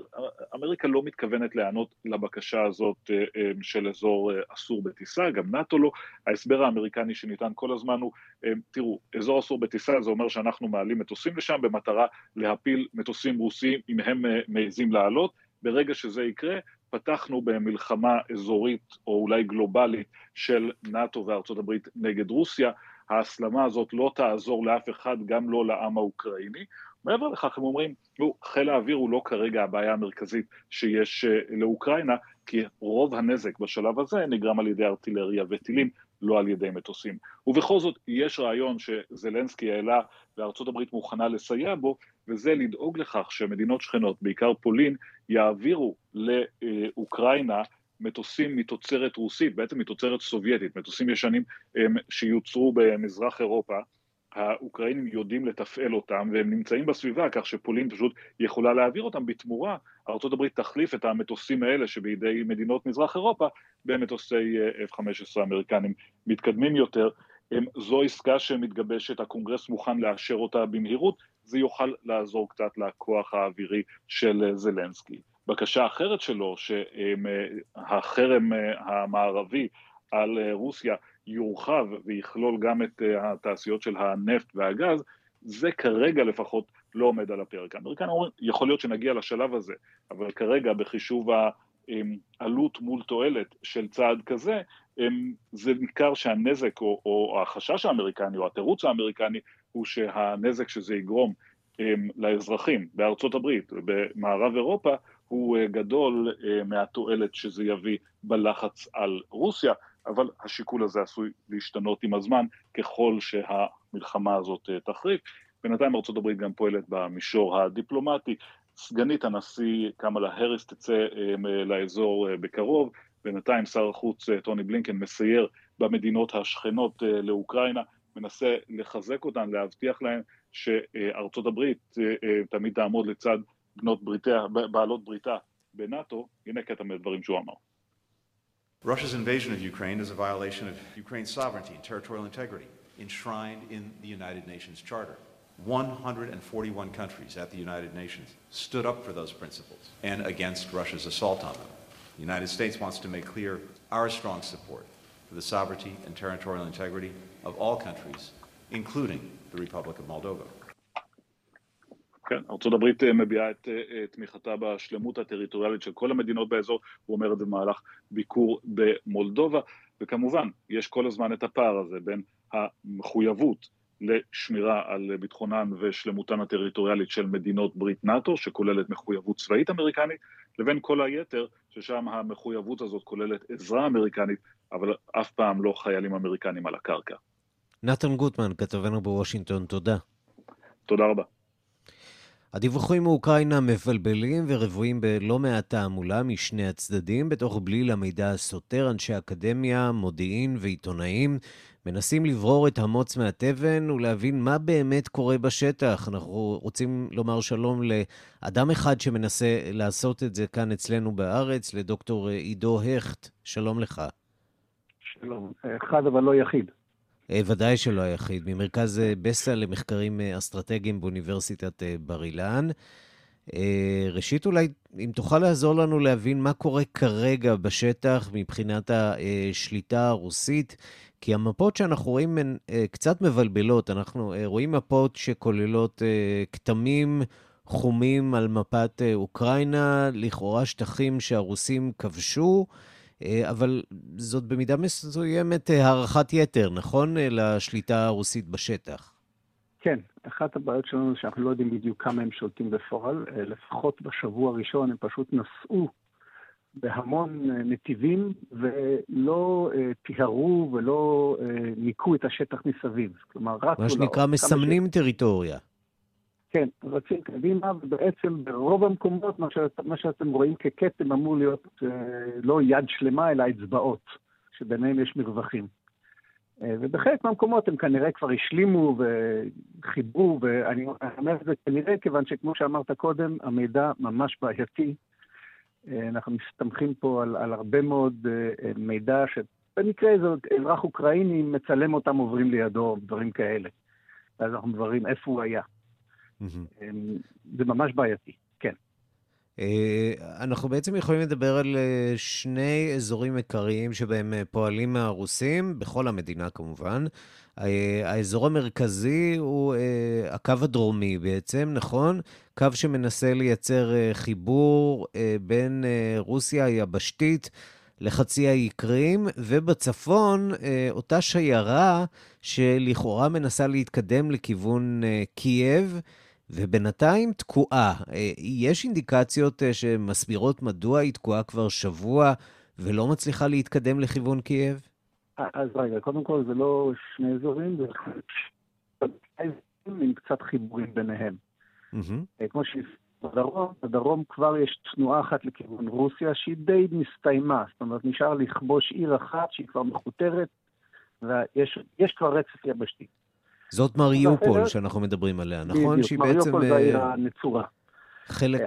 אמריקה לא מתכוונת לענות לבקשה הזאת של אזור אסור בטיסה, גם נאטו לא. ההסבר האמריקני שניתן כל הזמן הוא, תראו, אזור אסור בטיסה זה אומר שאנחנו מעלים מטוסים לשם במטרה להפיל מטוסים רוסיים אם הם מעזים לעלות. ברגע שזה יקרה, פתחנו במלחמה אזורית או אולי גלובלית של נאטו וארצות הברית נגד רוסיה. ההסלמה הזאת לא תעזור לאף אחד, גם לא לעם האוקראיני. מעבר לכך הם אומרים, חיל האוויר הוא לא כרגע הבעיה המרכזית שיש לאוקראינה, כי רוב הנזק בשלב הזה נגרם על ידי ארטילריה וטילים, לא על ידי מטוסים. ובכל זאת יש רעיון שזלנסקי העלה וארצות הברית מוכנה לסייע בו, וזה לדאוג לכך שמדינות שכנות, בעיקר פולין, יעבירו לאוקראינה מטוסים מתוצרת רוסית, בעצם מתוצרת סובייטית, מטוסים ישנים שיוצרו במזרח אירופה. האוקראינים יודעים לתפעל אותם, והם נמצאים בסביבה, כך שפולין פשוט יכולה להעביר אותם. בתמורה, ארצות הברית תחליף את המטוסים האלה שבידי מדינות מזרח אירופה, במטוסי F-15 אמריקנים מתקדמים יותר. זו עסקה שמתגבשת, הקונגרס מוכן לאשר אותה במהירות, זה יוכל לעזור קצת לכוח האווירי של זלנסקי. בקשה אחרת שלו, שהחרם המערבי על רוסיה יורחב ויכלול גם את התעשיות של הנפט והגז, זה כרגע לפחות לא עומד על הפרק. האמריקנים אומרים, יכול להיות שנגיע לשלב הזה, אבל כרגע בחישוב העלות מול תועלת של צעד כזה, זה ניכר שהנזק או החשש האמריקני או התירוץ האמריקני הוא שהנזק שזה יגרום לאזרחים בארצות הברית ובמערב אירופה הוא גדול מהתועלת שזה יביא בלחץ על רוסיה, אבל השיקול הזה עשוי להשתנות עם הזמן ככל שהמלחמה הזאת תחריף. בינתיים ארצות הברית גם פועלת במישור הדיפלומטי, סגנית הנשיא קמאלה האריס תצא לאזור בקרוב, בינתיים שר החוץ טוני בלינקן מסייר במדינות השכנות לאוקראינה, מנסה לחזק אותן, להבטיח להן שארצות הברית תמיד תעמוד לצד בעלות בריתה בנאטו. הנה קטע מהדברים שהוא אמר. Russia's invasion of Ukraine is a violation of Ukraine's sovereignty and territorial integrity enshrined in the United Nations Charter. 141 countries at the United Nations stood up for those principles and against Russia's assault on them. The United States wants to make clear our strong support for the sovereignty and territorial integrity of all countries, including the Republic of Moldova. כן, ארצות הברית מביעה את תמיכתה בשלמות הטריטוריאלית של כל המדינות באזור, הוא אומר את זה במהלך ביקור במולדובה, וכמובן יש כל הזמן את הפער הזה בין המחויבות לשמירה על ביטחונן ושלמותן הטריטוריאלית של מדינות ברית נאטו, שכוללת מחויבות צבאית אמריקנית, לבין כל היתר, ששם המחויבות הזאת כוללת עזרה אמריקנית, אבל אף פעם לא חיילים אמריקנים על הקרקע. נתן גוטמן, כתבנו בוושינגטון, תודה. תודה רבה. הדיווחים מאוקראינה מבלבלים ורבועים בלא מעט תעמולה משני הצדדים, בתוך בליל המידע הסותר. אנשי אקדמיה, מודיעין ועיתונאים מנסים לברור את המוץ מהתבן ולהבין מה באמת קורה בשטח. אנחנו רוצים לומר שלום לאדם אחד שמנסה לעשות את זה כאן אצלנו בארץ, לדוקטור עידו הכט. שלום לך. שלום, אחד אבל לא יחיד. ודאי שלא היחיד, ממרכז בסה למחקרים אסטרטגיים באוניברסיטת בר אילן. ראשית אולי, אם תוכל לעזור לנו להבין מה קורה כרגע בשטח מבחינת השליטה הרוסית, כי המפות שאנחנו רואים הן קצת מבלבלות. אנחנו רואים מפות שכוללות כתמים חומים על מפת אוקראינה, לכאורה שטחים שהרוסים כבשו, אבל זאת במידה מסוימת הערכת יתר, נכון? לשליטה הרוסית בשטח. כן, אחת הבעיות שלנו שאנחנו לא יודעים בדיוק כמה הם שולטים בפועל, לפחות בשבוע הראשון הם פשוט נסעו בהמון נתיבים ולא תיארו ולא ניקו את השטח מסביב. כלומר, מה שנקרא מסמנים טריטוריה. כן, רצים קדימה, ובעצם ברוב המקומות מה שאתם רואים ככתם אמור להיות לא יד שלמה, אלא אצבעות, שביניהם יש מרווחים. ובחלק מהמקומות הם כנראה כבר השלימו וחיברו, ואני אומר את זה כנראה, כיוון שכמו שאמרת קודם, המידע ממש בעייתי. אנחנו מסתמכים פה על הרבה מאוד מידע, שבמקרה איזה אזרח אוקראיני מצלם אותם עוברים לידו, דברים כאלה. ואז אנחנו מבררים איפה הוא היה. זה ממש בעייתי, כן. אנחנו בעצם יכולים לדבר על שני אזורים עיקריים שבהם פועלים הרוסים, בכל המדינה כמובן. האזור המרכזי הוא הקו הדרומי בעצם, נכון? קו שמנסה לייצר חיבור בין רוסיה היבשתית לחצי האי קרים, ובצפון אותה שיירה שלכאורה מנסה להתקדם לכיוון קייב, ובינתיים תקועה. יש אינדיקציות שמסבירות מדוע היא תקועה כבר שבוע ולא מצליחה להתקדם לכיוון קייב? אז רגע, קודם כל זה לא שני אזורים, זה עם קצת חיבורים ביניהם. כמו בדרום כבר יש תנועה אחת לכיוון רוסיה שהיא די מסתיימה, זאת אומרת נשאר לכבוש עיר אחת שהיא כבר מחותרת, ויש כבר רצף יבשתי. זאת מריופול שאנחנו מדברים עליה, נכון? בדיוק, מריופול זה העיר הנצורה. חלק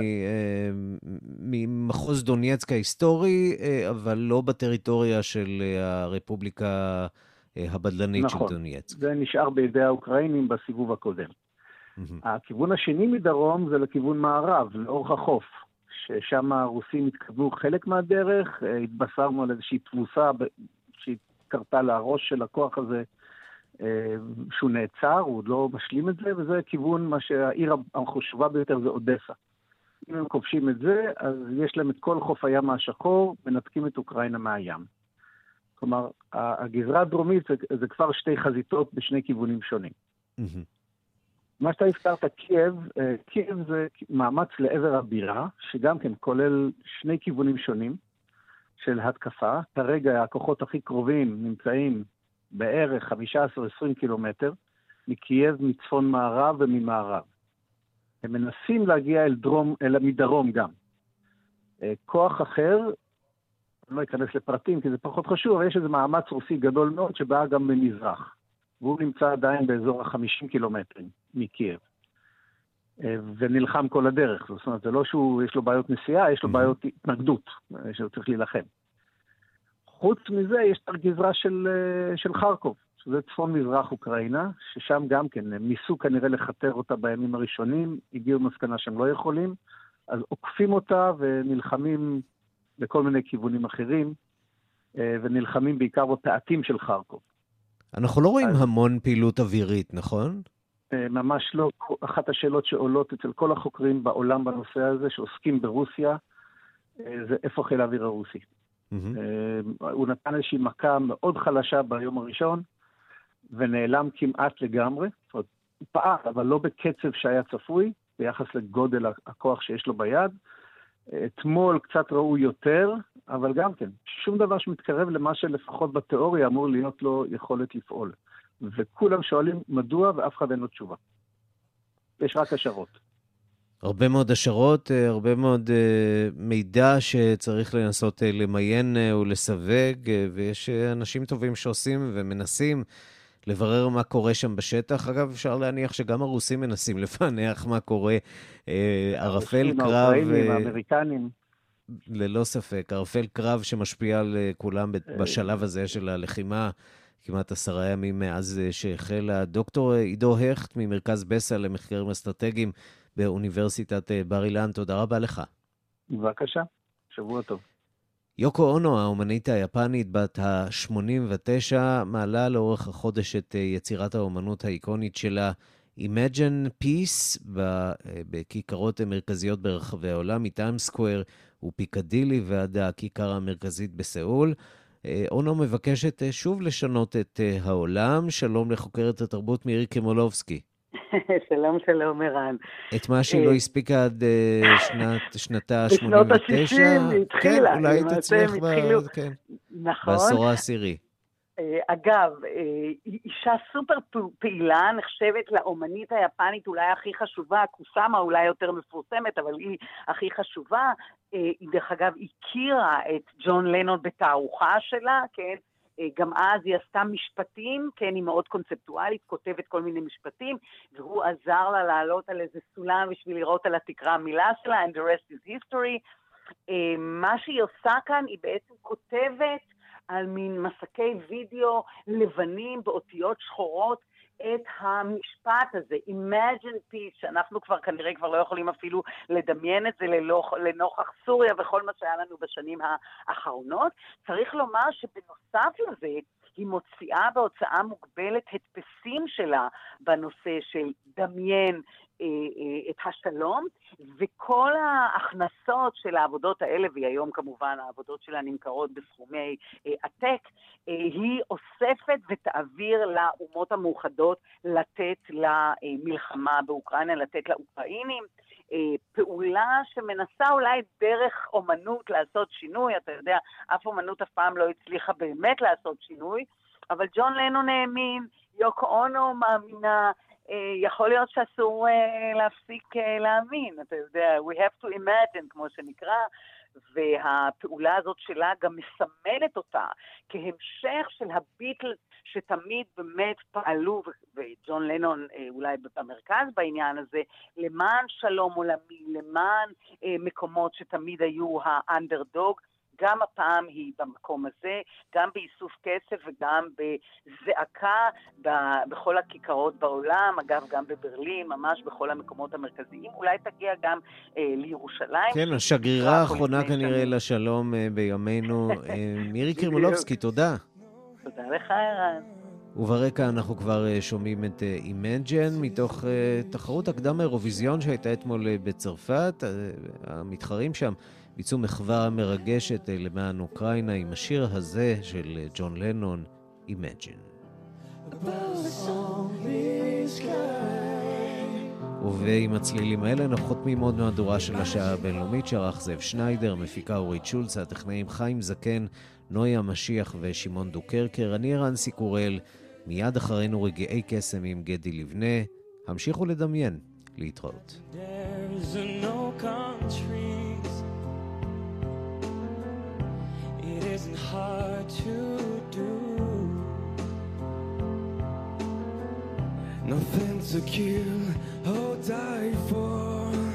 ממחוז דונייצק ההיסטורי, אבל לא בטריטוריה של הרפובליקה הבדלנית של דונייצק. זה נשאר בידי האוקראינים בסיבוב הקודם. הכיוון השני מדרום זה לכיוון מערב, לאורך החוף, ששם הרוסים התקדמו חלק מהדרך, התבשרנו על איזושהי תבוסה שקרתה לראש של הכוח הזה, שהוא נעצר, הוא עוד לא משלים את זה, וזה כיוון מה שהעיר החשובה ביותר זה אודסה. אם הם כובשים את זה, אז יש להם את כל חוף הים השחור, מנתקים את אוקראינה מהים. כלומר, הגזרה הדרומית זה כבר שתי חזיתות בשני כיוונים שונים. מה שאתה הזכרת, קייב זה מאמץ לעבר הבירה, שגם כן כולל שני כיוונים שונים של התקפה. כרגע הכוחות הכי קרובים נמצאים בערך 15-20 קילומטר מקייב, מצפון מערב וממערב. הם מנסים להגיע מדרום גם. כוח אחר, אני לא אכנס לפרטים כי זה פחות חשוב, אבל יש איזה מאמץ רוסי גדול מאוד שבא גם ממזרח. והוא נמצא עדיין באזור ה-50 קילומטרים מקייב. ונלחם כל הדרך. זאת אומרת, זה לא שיש לו בעיות נסיעה, יש לו בעיות התנגדות, שהוא צריך להילחם. חוץ מזה, יש את הגזרה של חרקוב, שזה צפון מזרח אוקראינה, ששם גם כן, הם ניסו כנראה לחתר אותה בימים הראשונים, הגיעו מסקנה שהם לא יכולים, אז עוקפים אותה ונלחמים בכל מיני כיוונים אחרים, ונלחמים בעיקר בפעתים של חרקוב. אנחנו לא רואים המון פעילות אווירית, נכון? ממש לא. אחת השאלות שעולות אצל כל החוקרים בעולם בנושא הזה, שעוסקים ברוסיה, זה איפה חיל האוויר הרוסי. הוא נתן איזושהי מכה מאוד חלשה ביום הראשון, ונעלם כמעט לגמרי. זאת אומרת, הוא פעל, אבל לא בקצב שהיה צפוי, ביחס לגודל הכוח שיש לו ביד. אתמול קצת ראו יותר, אבל גם כן, שום דבר שמתקרב למה שלפחות בתיאוריה אמור להיות לו יכולת לפעול. וכולם שואלים מדוע, ואף אחד אין לו תשובה. יש רק השערות. הרבה מאוד השערות, הרבה מאוד מידע שצריך לנסות למיין ולסווג, ויש אנשים טובים שעושים ומנסים לברר מה קורה שם בשטח. אגב, אפשר להניח שגם הרוסים מנסים לפענח מה קורה. ערפל קרב... האמריקנים. ללא ספק, ערפל קרב שמשפיע על כולם בשלב הזה של הלחימה, כמעט 10 ימים מאז שהחלה. דוקטור עידו הכט ממרכז בסה למחקרים אסטרטגיים באוניברסיטת בר אילן, תודה רבה לך. בבקשה, שבוע טוב. יוקו אונו, האומנית היפנית בת ה-89, מעלה לאורך החודש את יצירת האומנות האיקונית שלה, Imagine Peace, בכיכרות מרכזיות ברחבי העולם, מטיים סקוואר ופיקדילי ועד הכיכר המרכזית בסאול. אונו מבקשת שוב לשנות את העולם. שלום לחוקרת התרבות מירי קרימולובסקי. שלום, שלום, ערן. את מה שהיא לא הספיקה עד שנתה ה-89. בשנות ה-60 היא התחילה. כן, אולי היא תצליח בעשור העשירי. אגב, היא אישה סופר פעילה, נחשבת לאומנית היפנית אולי הכי חשובה, קוסאמה אולי יותר מפורסמת, אבל היא הכי חשובה. היא דרך אגב הכירה את ג'ון לנון בתערוכה שלה, כן? גם אז היא עשתה משפטים, כן, היא מאוד קונספטואלית, כותבת כל מיני משפטים, והוא עזר לה לעלות על איזה סולם בשביל לראות על התקרה המילה שלה, and the rest is history. מה שהיא עושה כאן, היא בעצם כותבת על מין מסקי וידאו לבנים באותיות שחורות, את המשפט הזה, Imagine Peace, שאנחנו כנראה לא יכולים אפילו לדמיין את זה לנוכח סוריה וכל מה שהיה לנו בשנים האחרונות. צריך לומר שבנוסף לזה, היא מוציאה בהוצאה מוגבלת הדפסים שלה בנושא של דמיין את השלום, וכל ההכנסות של העבודות האלה, והיום כמובן העבודות שלה נמכרות בסכומי עתק, היא אוספת ותעביר לאומות המאוחדות לתת למלחמה באוקראינה, לתת לאוקראינים, פעולה שמנסה אולי דרך אומנות לעשות שינוי. אתה יודע, אף אומנות אף פעם לא הצליחה באמת לעשות שינוי, אבל ג'ון לנון האמין, יוקו אונו מאמינה, יכול להיות שאסור להפסיק להאמין, אתה יודע, we have to imagine, כמו שנקרא, והפעולה הזאת שלה גם מסמנת אותה כהמשך של הביטלס שתמיד באמת פעלו, וג'ון לנון אולי במרכז בעניין הזה, למען שלום עולמי, למען מקומות שתמיד היו האנדרדוג. גם הפעם היא במקום הזה, גם באיסוף כסף וגם בזעקה בכל הכיכרות בעולם, אגב גם בברלין, ממש בכל המקומות המרכזיים, אולי תגיע גם לירושלים. כן, השגרירה האחרונה כנראה לשלום בימינו. מירי קרימולובסקי, תודה. תודה לך, ערן. וברקע אנחנו כבר שומעים את Imagine מתוך תחרות הקדם האירוויזיון שהייתה אתמול בצרפת. המתחרים שם ביצעו מחווה מרגשת למען אוקראינה עם השיר הזה של ג'ון לנון, Imagine. ועם הצלילים האלה אנחנו חותמים עוד מהדורה של השעה הבינלאומית שערך זאב שניידר, מפיקה אורית שולץ, הטכנאים חיים זקן, נוי המשיח ושמעון דוקרקר. אני רנסי קורל, מיד אחרינו רגעי קסם עם גדי לבנה. המשיכו לדמיין, להתראות. There's no countries. It isn't hard to do. Nothing to kill or die for,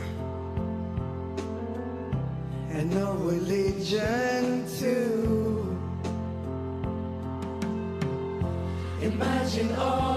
and no religion too. Imagine all